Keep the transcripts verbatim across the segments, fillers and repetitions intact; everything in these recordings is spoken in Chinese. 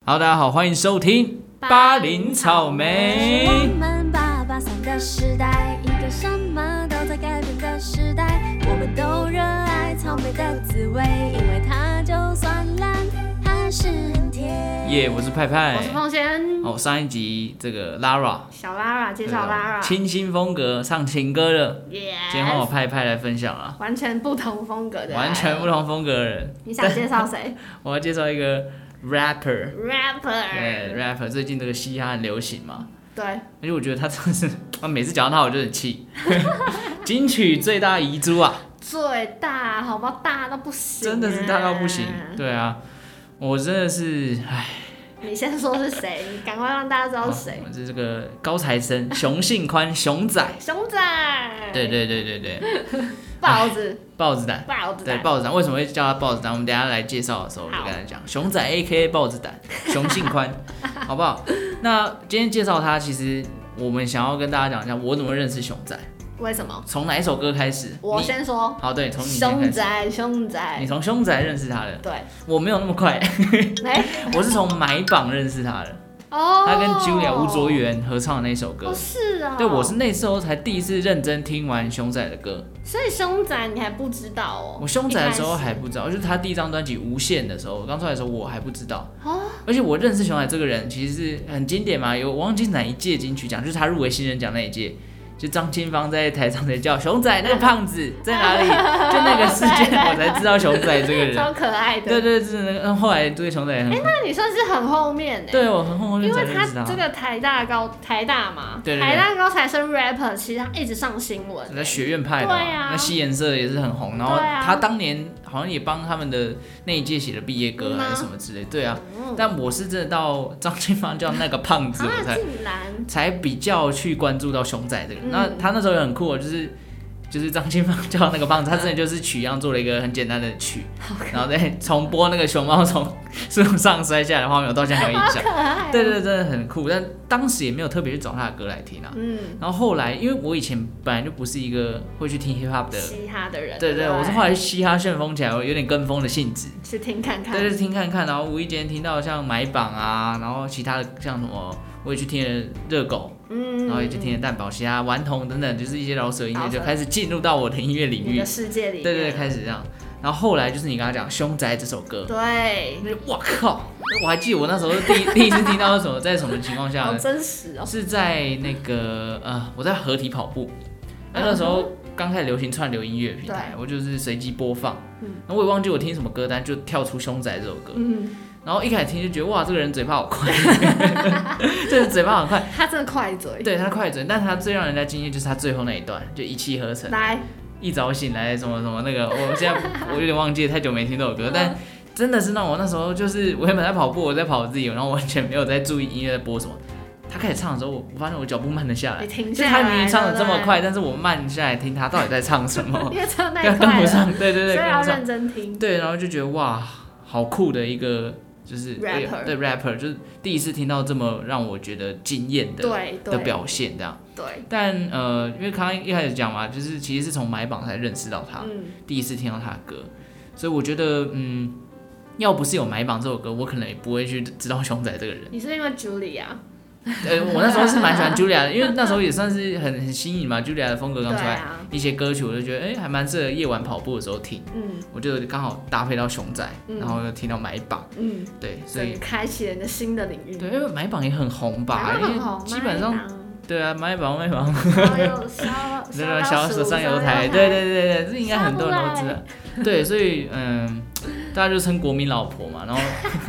Hello， 大家好，欢迎收听巴林草莓。 是我们八八三的时代，一个什么都在改变的时代。我们都热爱草莓的滋味，因为它就算烂，还是很甜。 耶、yeah, 我是派派， 我是凤仙。 哦，上一集这个 Lara 小 Lara 介绍 Lara 清新风格唱情歌的， Yes 今天换我派派来分享了， 完全不同风格的， 完全不同风格的人。 你想介绍谁？ 我要介绍一个 rapper， rapper， 对 rapper， 最近这个嘻哈很流行嘛， 对， 而且我觉得他真的是，啊，每次讲到他我就很气，金曲最大遗珠啊， 最大，好不好？大到不行， 真的是大到不行，对啊，我真的是，唉。 你先说是谁，你赶快让大家知道是谁。 我是这个高材生，熊信宽，熊仔。 熊仔。 对对对对对。 豹子。 豹子胆。 豹子胆。 对，豹子胆为什么会叫他豹子胆？我们等一下来介绍的时候，我就跟他讲，熊仔 A K A 豹子胆，熊信宽，好不好？那今天介绍他，其实我们想要跟大家讲一下，我怎么认识熊仔。 为什么？ 从哪一首歌开始？ 我先说。 好，对，从你先开始。 熊仔，熊仔。 你从熊仔认识他的？ 对。 我没有那么快， 欸、 我是从买榜认识他的。 哦。 他跟 Julia 吴卓源合唱的那首歌。 哦，是啊、哦。 对，我是那时候才第一次认真听完熊仔的歌。 所以熊仔你还不知道哦？ 我熊仔的时候还不知道，就是他第一张专辑《无限》的时候，刚出来的时候我还不知道。哦。而且我认识熊仔这个人，其实是很经典嘛，有我忘记哪一届金曲奖，就是他入围新人奖那一届。就张清芳在台上在叫熊仔那个胖子在哪里？就那个事件我才知道熊仔这个人， 超可爱的。 对对，是那个。后来对熊仔也很。 哎、欸，那你算是很后面哎。 对，我很后面因为才认识他。 他这个台大高台大嘛， 对对对台大高材生 rapper， 其实他一直上新闻。 在学院派的嘛， 对啊， 那吸颜色也是很红，然后他当年好像也帮他们的那一届写了毕业歌还是什么之类，对啊。嗯、但我是真的到张清芳叫那个胖子，我才才比较去关注到熊仔这个。嗯、那他那时候也很酷，就是就是张清芳叫那个胖子，他真的就是曲一样做了一个很简单的曲，然后再重播那个熊猫从树上摔下来的画面，我到现在还有印象。对对对，真的很酷。但当时也没有特别去找他的歌来听啊。嗯。然后后来，因为我以前本来就不是一个会去听 hip hop 的嘻哈的人， 对 对, 對，我是后来嘻哈旋风起来，我有点跟风的性质， 去听看看。 对对，听看看，然后无意间听到像买榜啊，然后其他的像什么，我也去听了热狗，嗯，然后也去听了蛋堡嘻哈、顽童等等，就是一些饶舌音乐，就开始进入到我的音乐领域， 你的世界里。 对对对，开始这样。然后后来就是你刚刚讲《凶宅》这首歌， 对， 我靠，我还记得我那时候第第一次听到是什么，在什么情况下呢？ 好真实哦， 是在那个呃，我在合体跑步，那那时候刚开始流行串流音乐平台，我就是随机播放，嗯，然后我也忘记我听什么歌单，就跳出《凶宅》这首歌，嗯。然后一开始听就觉得哇，这个人嘴巴好快，这嘴巴很快， 他真的快嘴， 对他快嘴，但他最让人家惊艳就是他最后那一段，就一气呵成， 来， 一早醒来什么什么那个，我现在我有点忘记了，太久没听这首歌，但真的是让我那时候就是我原本在跑步，我在跑我自己，然后完全没有在注意音乐在播什么。他开始唱的时候，我发现我脚步慢了下来， 停下来，就他明明唱的这么快，但是我慢下来听他到底在唱什么， 因为唱太快了， 跟不上，对对对， 所以要认真听， 对，然后就觉得哇，好酷的一个。就是 rapper， 对 rapper， 就是第一次听到这么让我觉得惊艳的的表现，这样。 对。 但呃，因为刚刚一开始讲嘛，就是其实是从买榜才认识到他，嗯、第一次听到他的歌，所以我觉得嗯，要不是有买榜这首歌，我可能也不会去知道熊仔这个人。 你是因为 Julia？ 呃，我那时候是蛮喜欢 Julia 的，因为那时候也算是很很新颖嘛 ，Julia 的风格刚出来，啊、一些歌曲我就觉得哎、欸，还蛮适合夜晚跑步的时候听。嗯，我就刚好搭配到熊仔，嗯、然后又听到买榜。嗯，对，所以开启了你的新的领域。 对，因为买榜也很红吧， 很红， 因为基本上。对啊，买榜买榜， 那个小手上油台，对对对对，这应该很多人都知道。对，所以嗯，大家就称国民老婆嘛，然后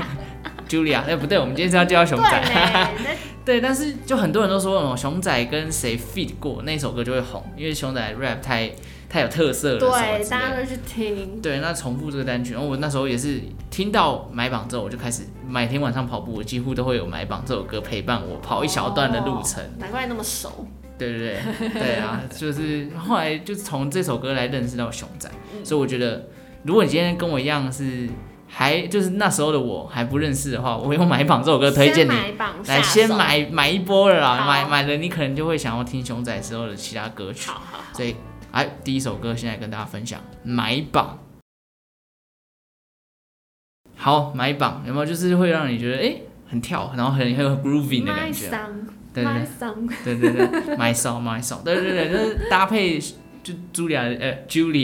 Julia， 哎、欸、不对，我们今天是要叫熊仔。对，但是就很多人都说哦，熊仔跟谁 feat 过那首歌就会红，因为熊仔 rap 太太有特色了， 对，大家都去听。 对，那重复这个单曲，然后我那时候也是听到买榜之后，我就开始每天晚上跑步，我几乎都会有买榜这首歌陪伴我跑一小段的路程。 哦、难怪那么熟。 对对对，对啊，就是后来就是从这首歌来认识到熊仔，嗯、所以我觉得，如果你今天跟我一样是。还就是那时候的我还不认识的话，我用买榜这首歌推荐你来先买买一波了啦，买买了你可能就会想要听熊仔之后的其他歌曲。 好好好， 所以哎，第一首歌现在跟大家分享买榜。好，买榜有没有就是会让你觉得哎、欸、 很跳，然后很很有 grooving 的感觉。对对对对对对 ，my song my song， 对对对，就是搭配就茱莉亚呃 Julia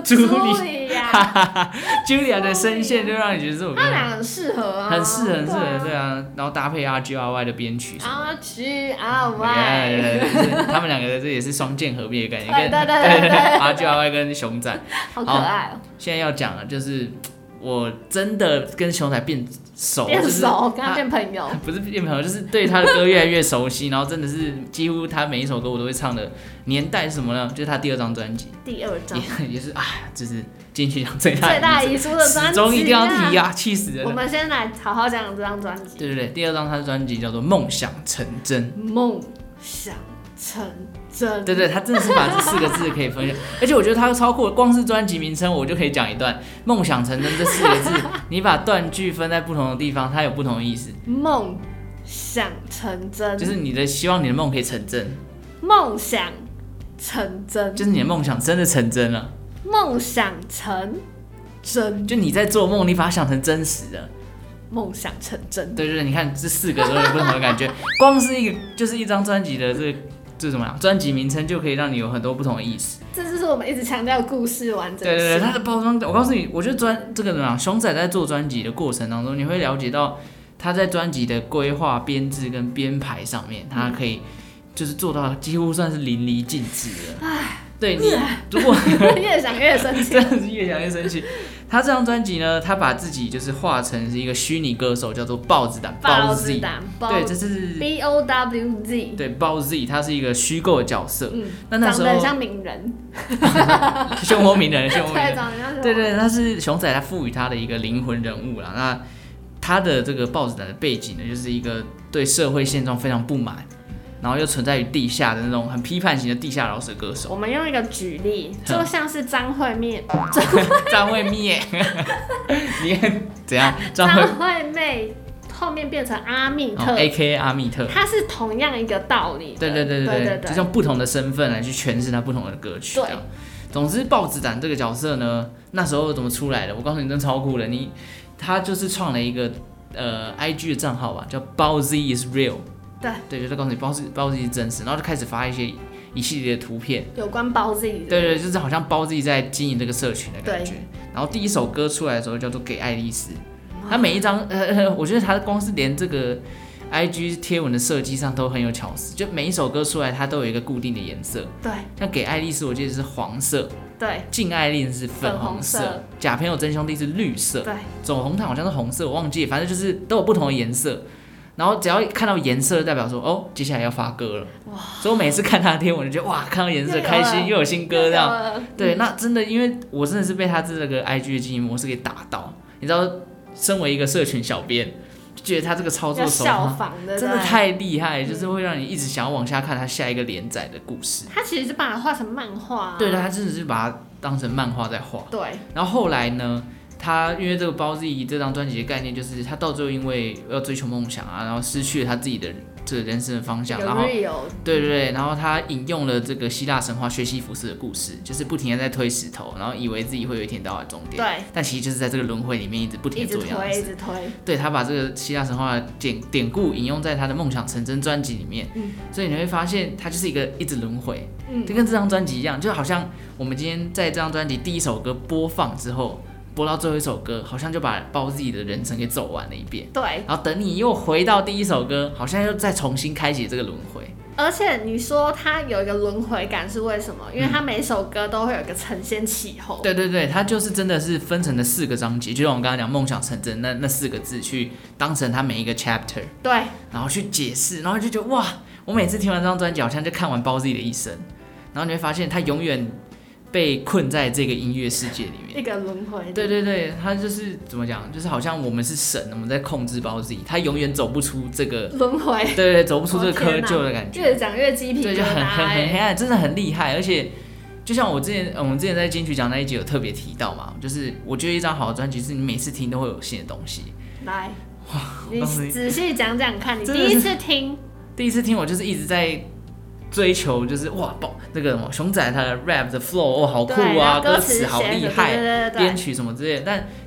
Julia Julia 的声线就让你觉得这首歌他俩很适合啊， 很适合很适合，对啊，然后搭配 R G R Y 的编曲 ，R G R Y， 对对对，他们两个的这也是双剑合璧的概念， 对对对对对 ，R G R Y 跟熊仔， 好可爱哦。 现在要讲的就是。我真的跟熊仔变熟， 变熟， 就是、 跟他变朋友， 不是变朋友，就是对他的歌越来越熟悉，然后真的是几乎他每一首歌我都会唱的。年代是什么呢？就是他第二张专辑， 第二张也, 也是哎，就是金曲奖最大最大遗书的专辑， 始终一定要提啊，气死人了。 我们先来好好讲这张专辑。 对对对，第二张他的专辑叫做《梦想成真》， 梦想成真， 对对，他真的是把这四个字可以分享，而且我觉得他超酷，光是专辑名称我就可以讲一段。梦想成真这四个字，你把断句分在不同的地方，它有不同的意思。 梦想成真， 就是你的希望你的梦可以成真。 梦想成真， 就是你的梦想真的成真了。 梦想成真， 就你在做梦，你把它想成真实的。 梦想成真， 对对对，你看这四个都有不同的感觉，光是一个就是一张专辑的这个。这怎么样？专辑名称就可以让你有很多不同的意思。 这就是我们一直强调故事完整性。 对对对，它的包装，我告诉你，我觉得专这个怎么样？熊仔在做专辑的过程当中，你会了解到他在专辑的规划、编制跟编排上面，他可以就是做到几乎算是淋漓尽致了。唉，对你如果越想越生气， 真的是越想越生气。他这张专辑呢，他把自己就是画成是一个虚拟歌手，叫做豹子胆， 豹子胆， 对，这是 B O W Z， 对，豹 Z， 他是一个虚构的角色。 嗯， 那那时候长得很像名人， 漩涡鸣人，漩涡鸣人， 对，长得像。 对对，他是熊仔他赋予他的一个灵魂人物啦。那他的这个豹子胆的背景呢，就是一个对社会现状非常不满。然后又存在于地下的那种很批判型的地下饶舌歌手。 我们用一个举例，就像是张惠妹， 张惠妹，你看怎样？ 张惠妹后面变成阿密特、 哦、，A K A 阿密特， 它是同样一个道理。 对对对 对, 对, 对, 对，就用不同的身份来去诠释他不同的歌曲。对，总之豹子胆这个角色呢，那时候怎么出来的？我告诉你，真超酷的。你他就是创了一个呃 I G 的账号吧，叫 Bowzy is real。 对对，就是告诉你包自包自己是真实，然后就开始发一些一系列的图片， 有关包自己的。 对对，就是好像包自己在经营这个社群的感觉。然后第一首歌出来的时候叫做《给爱丽丝》，他每一张呃，我觉得他光是连这个 I G 贴文的设计上都很有巧思，就每一首歌出来它都有一个固定的颜色。 对， 像《给爱丽丝》我记得是黄色， 对，《 敬爱令》是粉红色，《假朋友真兄弟》是绿色， 对， 走红毯好像是红色，我忘记，反正就是都有不同的颜色。然后只要看到颜色，代表说哦，接下来要发歌了。哇！所以我每次看他的贴文，就觉得哇，看到颜色开心，又有新歌这样。对，那真的，因为我真的是被他这个 I G 的经营模式给打到。你知道，身为一个社群小编，就觉得他这个操作手法真的太厉害，就是会让你一直想要往下看他下一个连载的故事。 他其实是把它画成漫画、啊。 对的，他真的是把它当成漫画在画。 对。 然后后来呢？他因为这个包自己这张专辑的概念，就是他到最后因为要追求梦想啊，然后失去了他自己的这个人生的方向，然后对对对，然后他引用了这个希腊神话薛西弗斯的故事，就是不停的在推石头，然后以为自己会有一天到达终点， 对， 但其实就是在这个轮回里面一直不停的做样子， 一直推，一直推。 对，他把这个希腊神话的典典故引用在他的梦想成真专辑里面，嗯，所以你会发现他就是一个一直轮回，嗯，就跟这张专辑一样，就好像我们今天在这张专辑第一首歌播放之后。播到最后一首歌，好像就把包自己的人生给走完了一遍。 对， 然后等你又回到第一首歌，好像又再重新开启这个轮回。 而且你说它有一个轮回感是为什么？因为它每首歌都会有一个承先启后。 嗯、对对对，它就是真的是分成了四个章节，就像我们刚刚讲梦想成真那那四个字去当成它每一个 chapter。 对， 然后去解释，然后就觉得哇，我每次听完这张专辑，好像就看完包自己的一生。然后你会发现，他永远被困在这个音乐世界里面， 一个轮回。 对对对，他就是怎么讲，就是好像我们是神，我们在控制包自己，他永远走不出这个轮回。 对对，走不出这个窠臼的感觉。 越讲越鸡皮疙瘩， 对，就很很很黑暗，真的很厉害。而且，就像我之前，我们之前在金曲奖那一集有特别提到嘛，就是我觉得一张好的专辑是你每次听都会有新的东西。 来，哇，你仔细讲讲看，你第一次听， 第一次听我就是一直在。追求就是哇，那个什么熊仔他的 rap 的 flow 哦好酷啊，歌词好厉害，编曲什么之类的。但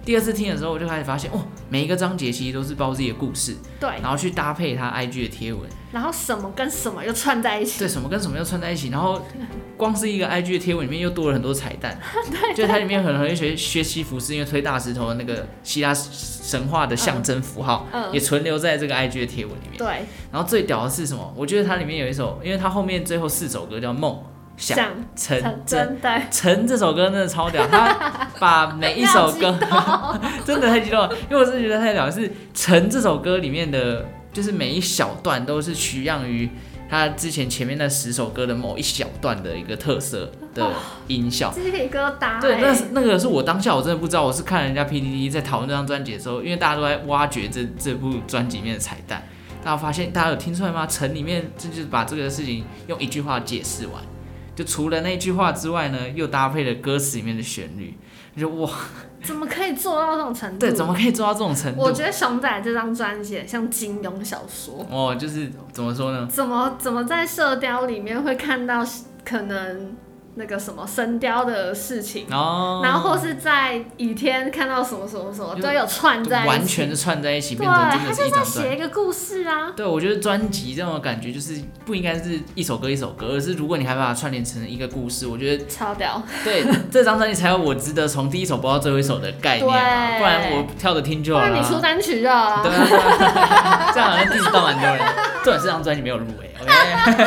第二次听的时候，我就开始发现，哦，每一个章节其实都是包自己的故事， 对， 然后去搭配他 I G 的贴文， 然后什么跟什么又串在一起， 对，什么跟什么又串在一起，然后光是一个 I G 的贴文里面又多了很多彩蛋，对，就它里面可能会学学西弗斯因为推大石头的那个希腊神话的象征符号，嗯嗯、也存留在这个 I G 的贴文里面， 对， 然后最屌的是什么？我觉得它里面有一首，因为它后面最后四首歌叫梦。想成真，成这首歌真的超屌，他把每一首歌真的太激动了，因为我真的觉得太屌，是成这首歌里面的，就是每一小段都是取样于他之前前面那十首歌的某一小段的一个特色的音效， 鸡皮疙瘩。 对，那那个是我当下我真的不知道，我是看人家 P T T 在讨论这张专辑的时候，因为大家都在挖掘这这部专辑里面的彩蛋，大家发现大家有听出来吗？成里面这就是把这个事情用一句话解释完。就除了那句话之外呢，又搭配了歌词里面的旋律，就哇， 怎么可以做到这种程度？ 对，怎么可以做到这种程度？ 我觉得熊仔这张专辑像金庸小说哦，就是怎么说呢？ 怎么怎么在射雕里面会看到可能那个什么神雕的事情，哦、然后或是在倚天看到什么什么什么，都有串在一起， 完全的串在一起，变成真的是一张专辑。 对，他就在写一个故事啊。 对，我觉得专辑这种感觉就是不应该是一首歌一首歌，而是如果你还把它串联成一个故事，我觉得超屌。 对，这张专辑才有我值得从第一首播到最后一首的概念嘛，不然我跳着听就好了。 不然你出单曲就好了。 对啊，对啊这样好像第一到蛮多人。重点是这张专辑没有入围 ，OK 。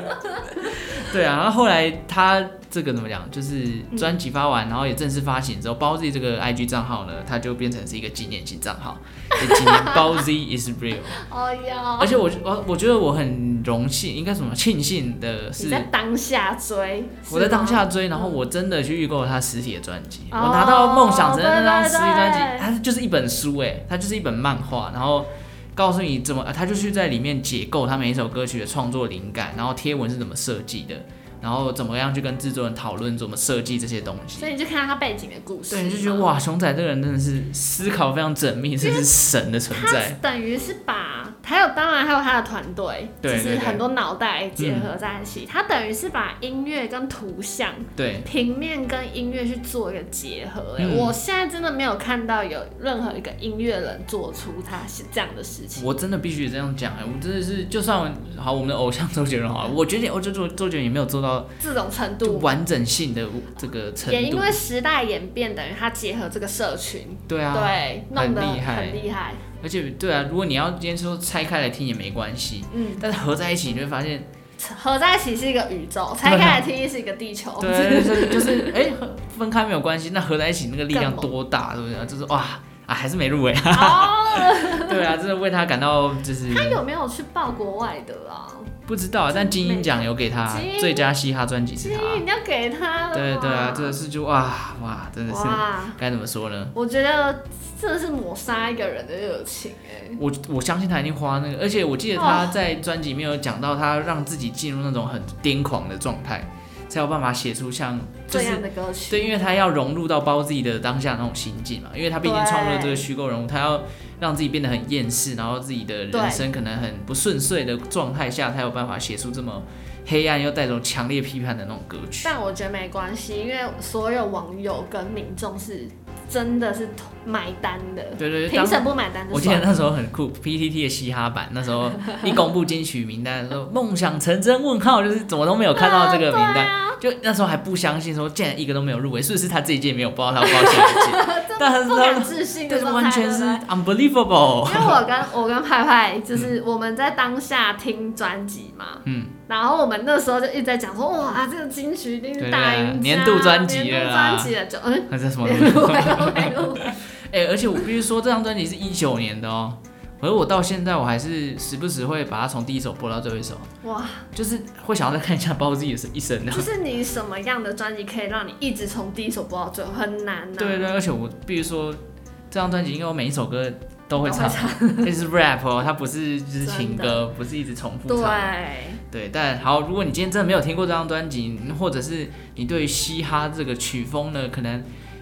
对啊，然后后来他这个怎么讲，就是专辑发完，然后也正式发行之后，包 Z 这个 I G 账号呢，它就变成是一个纪念性账号，纪念包 Z is real。 哎呀！ 而且我我我觉得我很荣幸，应该什么庆幸的是， 你在当下追， 我在当下追，然后我真的去预购他实体的专辑，我拿到《梦想成真》那张实体专辑，它就是一本书哎，它就是一本漫画，然后。告诉你怎么，他就去在里面解构他每一首歌曲的创作灵感，然后贴文是怎么设计的，然后怎么样去跟制作人讨论怎么设计这些东西。 所以你就看到他背景的故事， 对，你就觉得哇，熊仔这个人真的是思考非常缜密，真是神的存在。 他等于是把，还有当然还有他的团队，就是很多脑袋结合在一起，嗯、他等于是把音乐跟图像，对，平面跟音乐去做一个结合。嗯、我现在真的没有看到有任何一个音乐人做出他是这样的事情。 我真的必须这样讲哎，我真的是，就算好我们的偶像周杰伦好了，我觉得周周周杰伦也没有做到这种程度， 完整性的这个程度。 也因为时代演变，等于他结合这个社群， 对啊， 对，弄得很厉害， 很厉害。 而且对啊，如果你要今天说拆开来听也没关系，嗯，但是合在一起你就会发现， 合在一起是一个宇宙，拆开来听是一个地球。 对，就是就是哎，分开没有关系，那合在一起那个力量多大，对不对？就是哇。啊，还是没入围啊！哦、对啊，真的为他感到就是。 他有没有去报国外的啊？ 不知道，但金鹰奖有给他最佳嘻哈专辑是他。 金鹰一定要给他了。 对对啊，这个是就哇哇，真的是该怎么说呢？ 我觉得真的是抹杀一个人的热情哎、欸。 我我相信他一定花那个，而且我记得他在专辑里面有讲到，他让自己进入那种很癫狂的状态。才有办法写出像、就是、 这样的歌曲， 对，因为他要融入到包自己的当下那种心境嘛，因为他毕竟创作了这个虚构人物，他要让自己变得很厌世，然后自己的人生可能很不顺遂的状态下，才有办法写出这么黑暗又带着强烈批判的那种歌曲。 但我觉得没关系，因为所有网友跟民众是真的是买单的， 对对对， 评审不买单就算了。 我记得那时候很酷 ，P T T 的嘻哈版那时候一公布金曲名单的时候，梦想成真问号，就是怎么都没有看到这个名单，啊啊、就那时候还不相信说，竟然一个都没有入围，是不是他这一届没有报，他报下一届？但是不敢置信的状态， 完全是 unbelievable。 因为我跟我跟派派就是我们在当下听专辑嘛，嗯，然后我们那时候就一直在讲说，哇，这个金曲一定是大赢家， 年度专辑了， 年度专辑了，就嗯， 那是什么？哎，而且我必须说，这张专辑是一九年的哦。可是我到现在我还是时不时会把它从第一首播到最后一首，哇，就是会想要再看一下包自己的一生。 就是你什么样的专辑可以让你一直从第一首播到最后，很难啊。 对对，而且我必须说，这张专辑因为我每一首歌都会唱，这是 rap 哦，它不是就是情歌，不是一直重复唱。 对对，但好，如果你今天真的没有听过这张专辑，或者是你对于嘻哈这个曲风呢，可能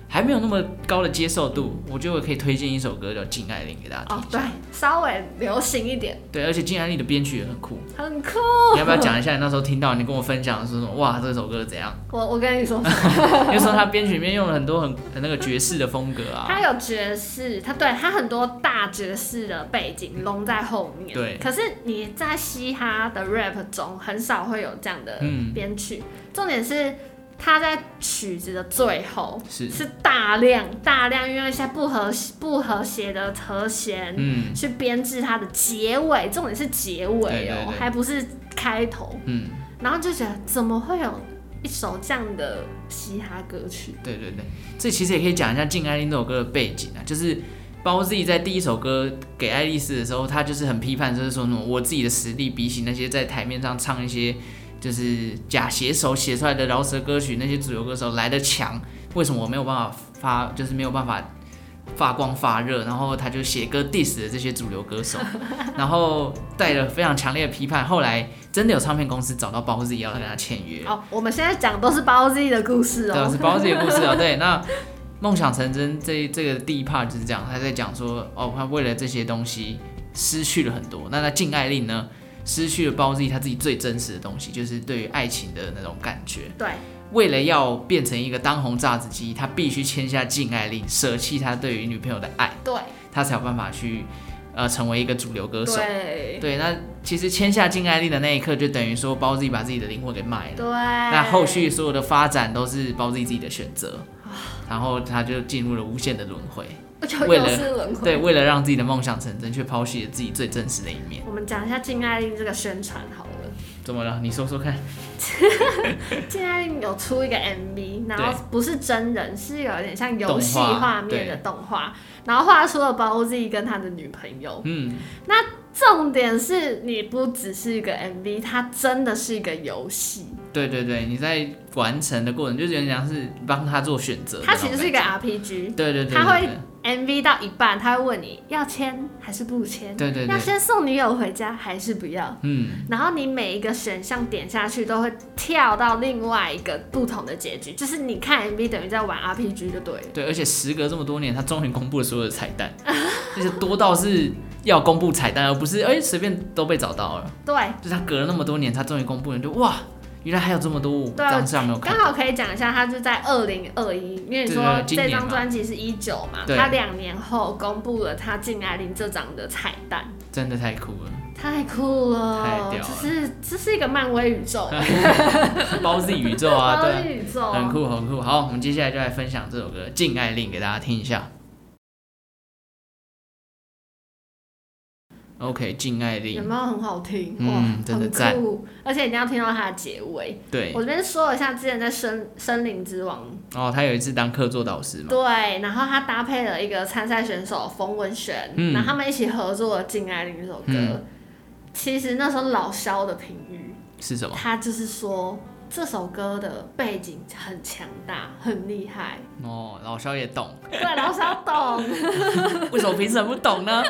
还没有那么高的接受度，我觉得我可以推荐一首歌叫《禁爱令》给大家听。 哦，对，稍微流行一点。 对，而且《禁爱令》的编曲也很酷， 很酷。 你要不要讲一下你那时候听到，你跟我分享说什么？哇，这首歌怎样？ 我我跟你说什么？ 因为说他编曲里面用了很多很很那个爵士的风格啊。 他有爵士，他对他很多大爵士的背景拢在后面。 对。 可是你在嘻哈的 rap 中很少会有这样的编曲，嗯、重点是。他在曲子的最后 是, 是大量大量运用一些不和不和谐的和弦，嗯，去编制它的结尾，重点是结尾哦，对对对，还不是开头，嗯，然后就觉得怎么会有一首这样的嘻哈歌曲？ 对对对，这其实也可以讲一下《禁爱令》这首歌的背景啊，就是包自己在第一首歌给爱丽丝的时候，他就是很批判，就是说我自己的实力比起那些在台面上唱一些。就是假写手写出来的饶舌歌曲，那些主流歌手来得强，为什么我没有办法发，就是没有办法发光发热？然后他就写歌 diss 了这些主流歌手，然后带了非常强烈的批判。后来真的有唱片公司找到包Z要跟他签约。 哦，我们现在讲都是包Z的故事哦， 对，是包Z的故事哦。对，那梦想成真这这个第一 part 就是这样，他在讲说，哦，他为了这些东西失去了很多。那那禁爱令呢？失去了包自己他自己最真实的东西，就是对于爱情的那种感觉。 对， 为了要变成一个当红炸子鸡，他必须签下禁爱令，舍弃他对于女朋友的爱， 对， 他才有办法去呃成为一个主流歌手。 对， 对，那其实签下禁爱令的那一刻，就等于说包自己把自己的灵魂给卖了。 对， 那后续所有的发展都是包自己自己的选择，然后他就进入了无限的轮回。为了对，为了让自己的梦想成真，却抛弃了自己最真实的一面。 我们讲一下禁爱令这个宣传好了。 怎么了？你说说看。 禁爱令有出一个 M V， 然后不是真人，是有点像游戏画面的动画，然后画出了包Z跟他的女朋友。嗯，那重点是你不只是一个 M V， 它真的是一个游戏。 对对对，你在完成的过程就有点像是帮他做选择。 它其实是一个 R P G。 对对对， 它会 M V 到一半，他会问你要签还是不签？ 对对对， 要先送女友回家还是不要？嗯，然后你每一个选项点下去都会跳到另外一个不同的结局，就是你看 M V 等于在玩 R P G 就对了。 对，而且时隔这么多年，他终于公布了所有的彩蛋，就是多到是要公布彩蛋，而不是哎随便都被找到了。 对， 就是他隔了那么多年，他终于公布了，就哇。原来还有这么多张照没有看， 刚好可以讲一下，他是在二零二一，因为你说这张专辑是一九嘛，他两年后公布了他禁爱令这张的彩蛋， 真的太酷了， 太酷了， 太屌了， 这是这是一个漫威宇宙， 包自己宇宙啊， 包自己宇宙， 很酷很酷。好，我们接下来就来分享这首歌《禁爱令》给大家听一下。OK， 禁爱令有没有很好听？ 嗯，哇真的赞， 很酷，而且一定要听到它的结尾。 对， 我这边说了一下，之前在森森林之王哦，他有一次当客座导师嘛。 对，然后他搭配了一个参赛选手冯文璇，嗯、然后他们一起合作了《禁爱令》这首歌。嗯、其实那时候老萧的评语是什么？ 他就是说这首歌的背景很强大，很厉害。 哦，老萧也懂。 对，老萧懂。 为什么评审不懂呢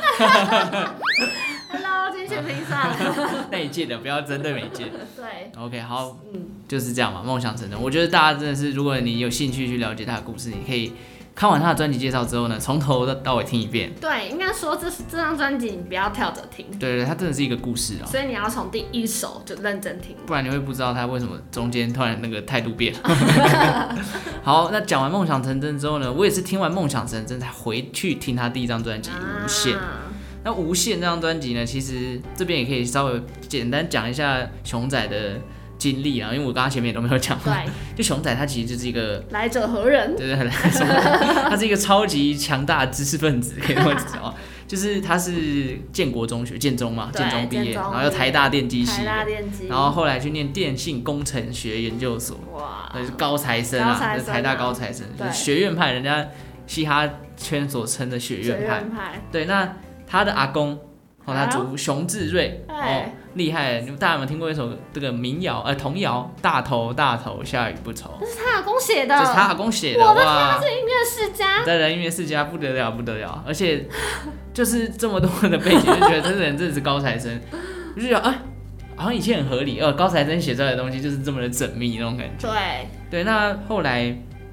？Hello， 金曲评审。 那一届的不要针对每一届。 对。 OK， 好，嗯，就是这样嘛，梦想成真。我觉得大家真的是，如果你有兴趣去了解他的故事，你可以看完他的专辑介绍之后呢，从头到尾听一遍。 对，应该说这这张专辑你不要跳着听。 对对，它真的是一个故事啊、喔。 所以你要从第一首就认真听， 不然你会不知道他为什么中间突然那个态度变了。好，那讲完梦想成真之后呢，我也是听完梦想成真才回去听他第一张专辑《无限》。啊那《无限》这张专辑呢，其实这边也可以稍微简单讲一下熊仔的经历啊，因为我刚刚前面也都没有讲过。对，就熊仔他其实就是一个来者何人？ 对对对，他是一个超级强大的知识分子，可以这么讲。就是他是建国中学，建中嘛，建中毕业，然后又台大电机系，然后后来去念电信工程学研究所，哇，那是高材生啊，是台大高材生，就是学院派，人家嘻哈圈所称的学院派。派对，那他的阿公。哦，他祖熊志瑞，哦，厉害！你们大家有没有听过一首这个民谣，呃，童谣《大头大头下雨不愁》？ 这是他阿公写的， 这是他阿公写的， 我的天，他是音乐世家， 在人音乐世家不得了，不得了！而且就是这么多的背景，就觉得这个人真的是高材生，我就觉得啊，好像一切很合理，呃，高材生写出来的东西就是这么的缜密那种感觉。 对， 对，那后来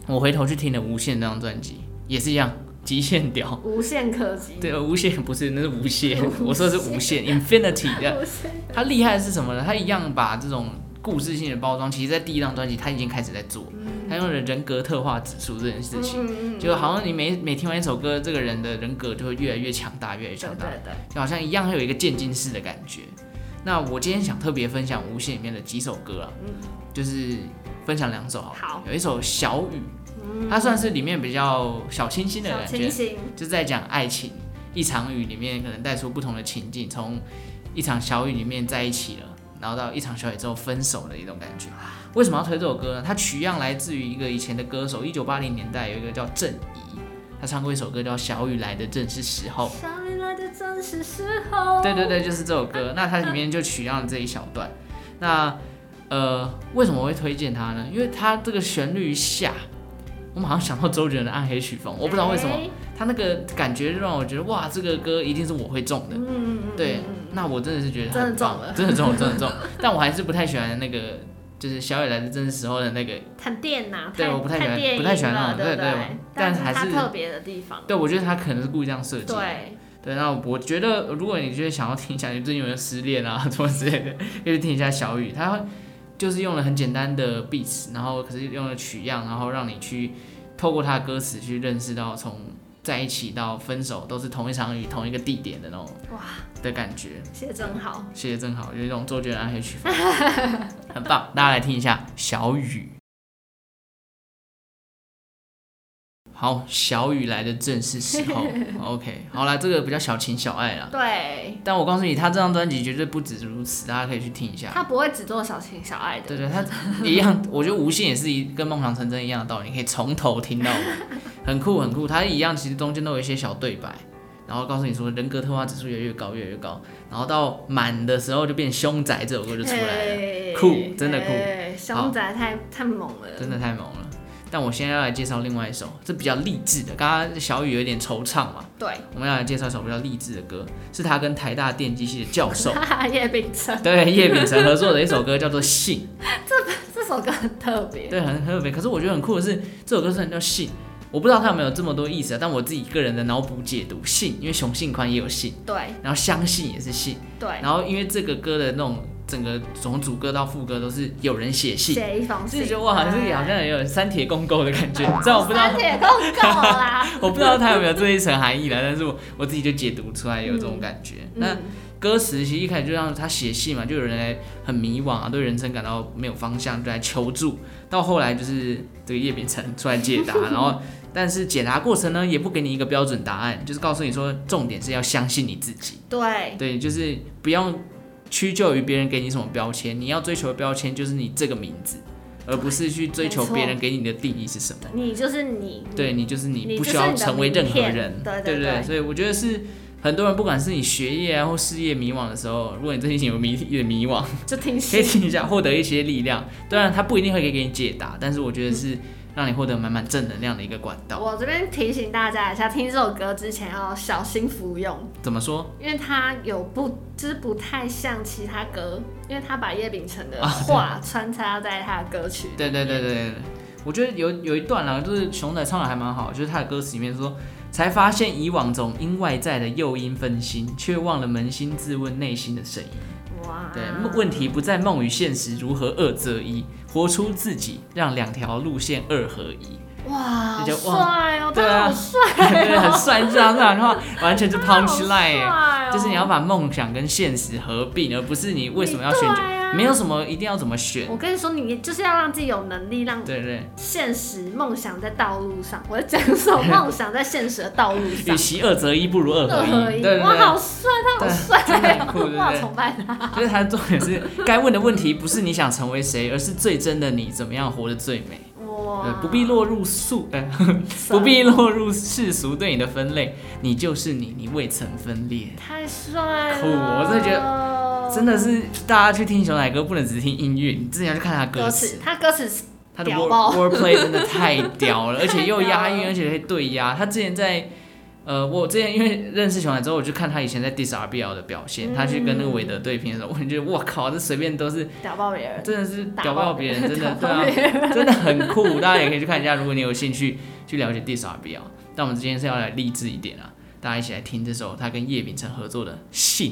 我回头去听了《无限》那张专辑，也是一样。极限屌， 无限可及。 对，无限不是，那是无限。我说的是无限 ，infinity 的。他厉害的是什么呢？他一样把这种故事性的包装，其实在第一张专辑他已经开始在做。他用了人格特化指数这件事情，就好像你每每听完一首歌，这个人的人格就会越来越强大，越来越强大。对对对，就好像一样会有一个渐进式的感觉。那我今天想特别分享《无限》里面的几首歌啦，就是分享两首好了。好，有一首《小雨》。它算是里面比较小清新的感觉，就是在讲爱情，一场雨里面可能带出不同的情境，从一场小雨里面在一起了，然后到一场小雨之后分手的一种感觉。为什么要推这首歌呢？它取样来自于一个以前的歌手，一九八零年代有一个叫郑怡，他唱过一首歌叫《小雨来的正是时候》。小雨来的正是时候。对对对，就是这首歌。那它里面就取样了这一小段。那呃，为什么我会推荐它呢？因为它这个旋律下。我马上想到周杰伦的《暗黑曲风》，我不知道为什么，他那个感觉就让我觉得哇，这个歌一定是我会中的。嗯嗯嗯。对，那我真的是觉得很棒，真的中了，真的中，真的中。但我还是不太喜欢那个，就是小雨来的正是时候的那个。很电呐，对，我不太喜欢，不太喜欢那种，对对。但还是特别的地方。对，我觉得他可能是故意这样设计。对。对，那我觉得，如果你觉得想要听一下，你最近有人失恋啊什么之类的，可以听一下小雨，他。就是用了很简单的 beats， 然后可是用了取样，然后让你去透过他的歌词去认识到从在一起到分手都是同一场雨、同一个地点的那种哇的感觉。写得真好，写得真好，有一种周杰伦暗黑曲风，很棒。大家来听一下《小雨》。好，小雨来的正是时候。OK， 好啦，这个比较小情小爱啦。对。但我告诉你，他这张专辑绝对不止如此，大家可以去听一下。他不会只做小情小爱的。对对，他一样，我觉得无限也是跟梦想成真一样的道理，你可以从头听到尾，很酷很酷。他一样，其实中间都有一些小对白，然后告诉你说人格特化指数越来越高，越来越高，然后到满的时候就变凶宅这首歌就出来了，酷，真的酷。凶宅太太猛了，真的太猛了。但我现在要来介绍另外一首，这比较励志的。刚刚小雨有点惆怅嘛，对，我们要来介绍一首比较励志的歌，是他跟台大电机系的教授叶秉成，对，叶秉成合作的一首歌，叫做《信》。这这首歌很特别，对，很很特别。可是我觉得很酷的是，这首歌虽然叫《信》，我不知道它有没有这么多意思啊。但我自己个人的脑补解读，信，因为熊信宽也有信，对，然后相信也是信，对，然后因为这个歌的那种。整个从主歌到副歌都是有人写信，写一封信，就觉得哇，这个好像有三铁共构的感觉。这我不知道三铁共构啦，我不知道它有没有这一层含义啦，但是我我自己就解读出来有这种感觉。嗯、那歌词其实一开始就让他写信嘛，就有人来很迷惘啊，对人生感到没有方向，就来求助。到后来就是这个叶秉成出来解答，然后但是解答过程呢也不给你一个标准答案，就是告诉你说重点是要相信你自己。对对，就是不用。屈就于别人给你什么标签，你要追求的标签就是你这个名字，而不是去追求别人给你的定义是什么。你就是你，对你就是你，不需要成为任何人。对对 对, 對，所以我觉得是很多人，不管是你学业啊或事业迷惘的时候，如果你最近有迷有迷惘，就听可以听一下，获得一些力量。当然，他不一定会给你解答，但是我觉得是。让你获得满满正能量的一个管道。我这边提醒大家一下，听这首歌之前要小心服用。怎么说？因为它有不，就是不太像其他歌，因为他把叶秉成的话穿插在他的歌曲。对对对对对，我觉得有有一段啦，就是熊仔唱的还蛮好，就是他的歌词里面说，才发现以往总因外在的诱因分心，却忘了扪心自问内心的声音。对，问题不在梦与现实如何二择一，活出自己，让两条路线二合一。哇，好帅哦！对啊，好帅、哦，对，很帅，这样这样的话，完全就 punch line，、哦、就是你要把梦想跟现实合并，而不是你为什么要选择，啊、没有什么一定要怎么选。我跟你说，你就是要让自己有能力，让对对现实梦想在道路上。我在讲说梦想在现实的道路上，与其二择一，不如二合一。二合一，对对对，哇，好帅，他好帅，真的很酷，对不对？我崇拜他。就是他的重点是，该问的问题不是你想成为谁，而是最真的你怎么样活得最美。对，不必落入世，呃，不必落入世俗对你的分类，你就是你，你未曾分裂。太帅了！酷，我真的觉得，真的是大家去听熊仔歌，不能只听音乐，你自己要去看他歌词。他歌词，他的 word wordplay 真的太屌了，而且又押韵，而且可以对押。他之前在呃，我之前因为认识熊仔之后，我就看他以前在 Diss R B L 的表现，嗯、他去跟那个韦德对拼的时候，我就觉得哇靠，这随便都是屌爆别人， 真的是屌爆别人，真的对啊，真的很酷，大家也可以去看一下，如果你有兴趣去了解 Diss R B L。但我们今天是要来励志一点啊，大家一起来听这首他跟叶秉成合作的《信》。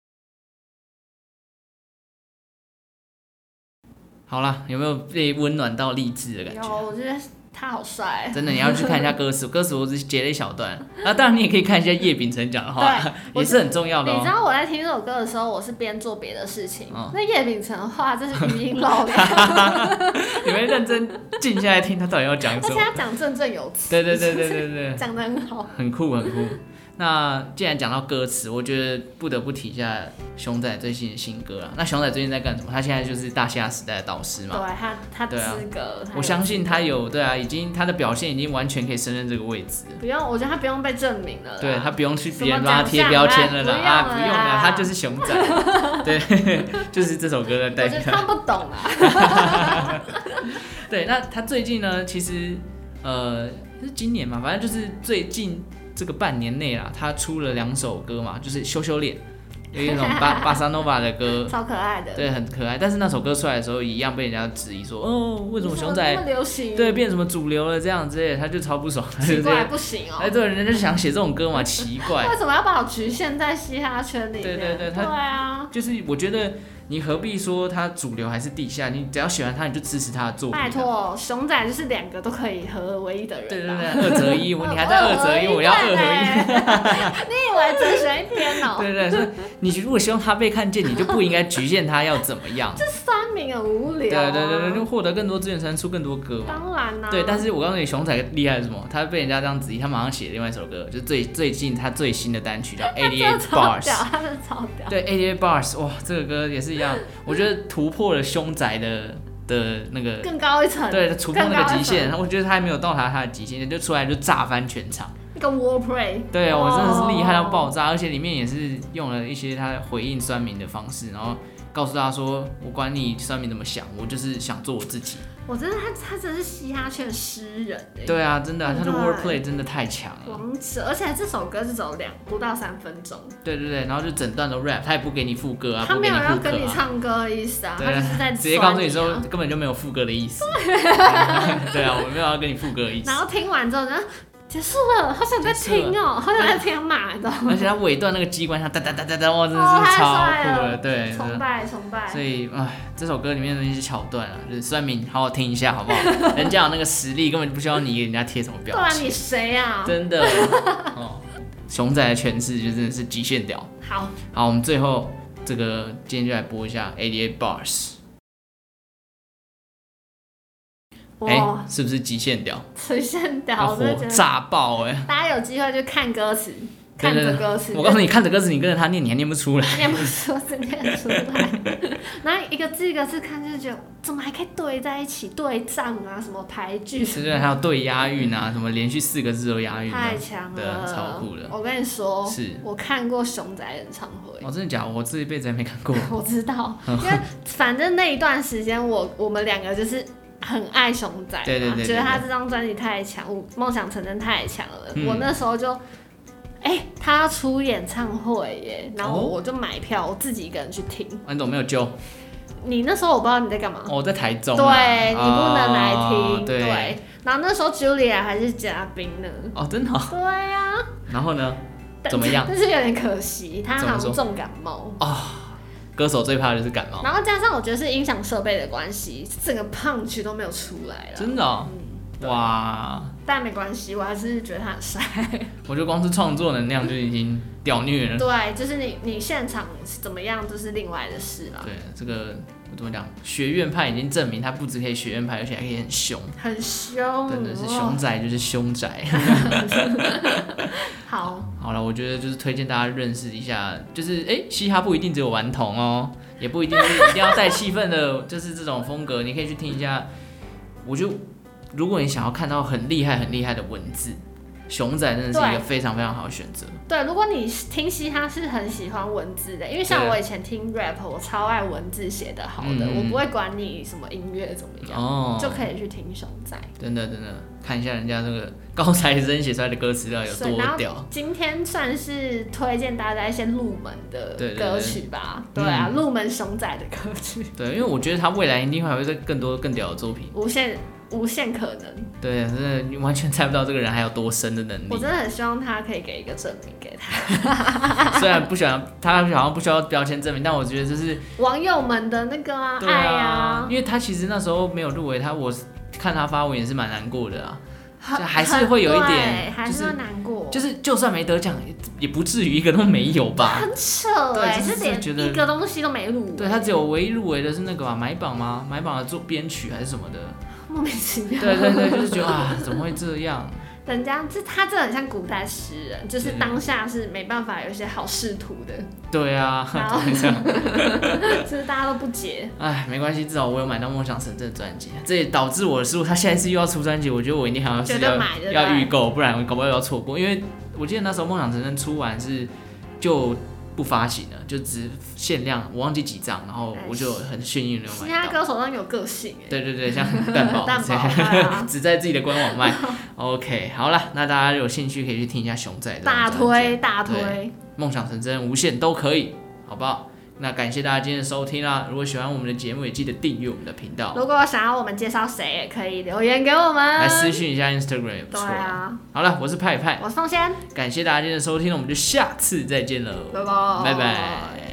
好啦，有没有被温暖到励志的感觉？ 有，我觉得他好帅。 真的，你要去看一下歌词，歌词我只截了一小段。啊，当然你也可以看一下叶秉成讲的话，也是很重要的哦。 你知道我在听这首歌的时候，我是边做别的事情。哦、那叶秉成的话，这是语音漏的。 你们认真静下来听，他到底要讲什么？ 而且他讲振振有词。 对对对对对对， 讲得很好， 很酷很酷。那既然讲到歌词，我觉得不得不提一下熊仔最新的新歌啦。那熊仔最近在干什么？他现在就是大嘻哈时代的导师嘛。 对，他他资格、啊， 我相信他有对啊，已经他的表现已经完全可以胜任这个位置。 不用，我觉得他不用被证明了。 对他不用去别人帮他贴标签了啦，啊，不用了，他就是熊仔。对，就是这首歌的代表。 我觉得看不懂啊。 对，那他最近呢，其实呃是今年嘛，反正就是最近。这个半年内啦，他出了两首歌嘛，就是羞羞脸，有一种巴巴萨诺瓦的歌， 超可爱的， 对，很可爱。但是那首歌出来的时候，一样被人家质疑说，哦，为什么熊仔那么流行， 对，变什么主流了这样之类的，他就超不爽， 奇怪不行哦。 哎，对，人家就想写这种歌嘛，奇怪， 为什么要把我局限在嘻哈圈里面？ 对对对， 对啊， 就是我觉得。你何必说他主流还是地下？你只要喜欢他，你就支持他的作品。 拜托，熊仔就是两个都可以合而为一的人。 对对对，二择一，你还在二择一，我要二合一。 你以为只选一边哦？ 对对对，所以你如果希望他被看见，你就不应该局限他要怎么样。 这酸民很无聊、啊。 对对对对，就获得更多资源才能出更多歌嘛。 当然啦、啊。 对，但是我告诉你，熊仔厉害是什么？他被人家这样质疑，他马上写另外一首歌，就最最近他最新的单曲叫《八十八 Bars》。 他是超屌。 对，《八十八 Bars》哇，这个歌也是一样，我觉得。突破了熊仔的的那个更高一层， 对，突破那个极限，我觉得他还没有到达他的极限，就出来就炸翻全场。 一个 wordplay， 对啊，我真的是厉害到爆炸，而且里面也是用了一些他回应酸民的方式，然后告诉大家说，我管你酸民怎么想，我就是想做我自己。 我真的他他真的是嘻哈圈的诗人哎。 对啊，真的，他的 wordplay 真的太强了。 王者，而且这首歌是走两不到三分钟。 对对对，然后就整段都 rap， 他也不给你副歌啊， 他没有要跟你唱歌的意思啊，他就是在、啊、 直接告诉你说根本就没有副歌的意思。对啊，我没有要跟你副歌的意思。 然后听完之后呢？结束了，好想再听哦、喔，好想再听骂，你知道吗？ 而且他尾段那个机关枪哒哒哒哒哒，哇，真的是超酷的，对， 崇拜崇拜。 所以，哎，这首歌里面的那些桥段啊，就是酸民好好听一下，好不好？人家有那个实力，根本不需要你给人家贴什么标签。 不然你谁啊？ 真的，哦，熊仔的诠释就真的是极限屌。 好， 好，我们最后这个今天就来播一下八十八 Bars。哎、欸，是不是极限屌？ 极限屌， 火炸爆哎、欸！ 大家有机会就看歌词，看着歌词。 我告诉你，看着歌词，你跟着他念，你还念不出来。 念不出，是念出来。然后一个字一个字看，就是觉得怎么还可以对在一起，对仗啊，什么排句， 对对，还有对押韵啊，什么连续四个字都押韵， 太强了， 超酷的。 我跟你说， 是我看过熊仔演唱会。 哦，真的假的？我这一辈子还没看过。 我知道，因为反正那一段时间，我我们两个就是。很爱熊仔嘛， 对对对对对， 觉得他这张专辑太强，梦想成真太强了。 嗯、 我那时候就，哎、欸，他要出演唱会耶，然后我就买票，我自己一个人去听。 啊、你怎么没有揪？ 你那时候我不知道你在干嘛。 我、哦、在台中、啊。 对，你不能来听。 哦、对, 对。然后那时候 Julia 还是嘉宾呢。 哦，真的、哦。 对呀、啊。 然后呢？怎么样？ 但是有点可惜，他好像重感冒。 哦。歌手最怕的就是感冒， 然后加上我觉得是音响设备的关系，整个 punch 都没有出来了。 真的、哦嗯， 哇！ 但没关系，我还是觉得他很帅。 我觉得光是创作能量就已经屌虐了。 对，就是你你现场怎么样，就是另外的事了。 对，这个我怎么讲？学院派已经证明他不只可以学院派，而且还可以很凶。 很凶， 真的是熊仔就是凶仔。 好， 好了，我觉得就是推荐大家认识一下，就是哎、欸，嘻哈不一定只有顽童哦，也不一定是一定要带气氛的，就是这种风格，你可以去听一下。我就如果你想要看到很厉害、很厉害的文字， 熊仔真的是一个非常非常好的选择。 对，如果你听嘻哈是很喜欢文字的，因为像我以前听 rap， 我超爱文字写得好的，嗯、我不会管你什么音乐怎么样，哦、就可以去听熊仔。 真的真的，看一下人家这个高材生写出来的歌词料有多屌。 今天算是推荐大家一些入门的歌曲吧，对, 对, 对, 对啊，入、嗯、门熊仔的歌曲。 对，因为我觉得他未来一定还会再更多更屌的作品， 无限。无限可能， 对，真的你完全猜不到这个人还有多深的能力。 我真的很希望他可以给一个证明给他。 虽然不喜欢他，好像不需要标签证明，但我觉得就是网友们的那个啊， 对啊爱啊。 因为他其实那时候没有入围，他我看他发文也是蛮难过的啊，就还是会有一点， 还是会难过。 就是就算没得奖，也不至于一个都没有吧？ 很扯哎、欸，是连一个东西都没入围。 对，他只有唯一入围的是那个嘛，买榜吗？买榜的做编曲还是什么的。 莫名其妙， 对对对，就是觉得啊，怎么会这样？ 人家这他真的很像古代诗人，就是当下是没办法有一些好仕途的。 对啊， 然后就是大家都不解。 哎，没关系，至少我有买到梦想成真的专辑，这也导致我的失误。他下一次又要出专辑，我觉得我一定还要是要要预购，不然我搞不好要错过。因为我记得那时候梦想成真出完是就不发行了，就只限量，我忘记几张，然后我就很幸运的买到。 其他歌手都有个性哎。 对对对，像蛋堡， 蛋堡、啊、 只在自己的官网卖。OK， 好了，那大家有兴趣可以去听一下熊仔的大推大推， 梦想成真、无限都可以，好不好？那感谢大家今天的收听啦！如果喜欢我们的节目，也记得订阅我们的频道。 如果想要我们介绍谁，也可以留言给我们， 来私讯一下 Instagram 也不错。对啊。好了，我是派派， 我是凤仙， 感谢大家今天的收听，我们就下次再见了， 拜拜， 拜拜。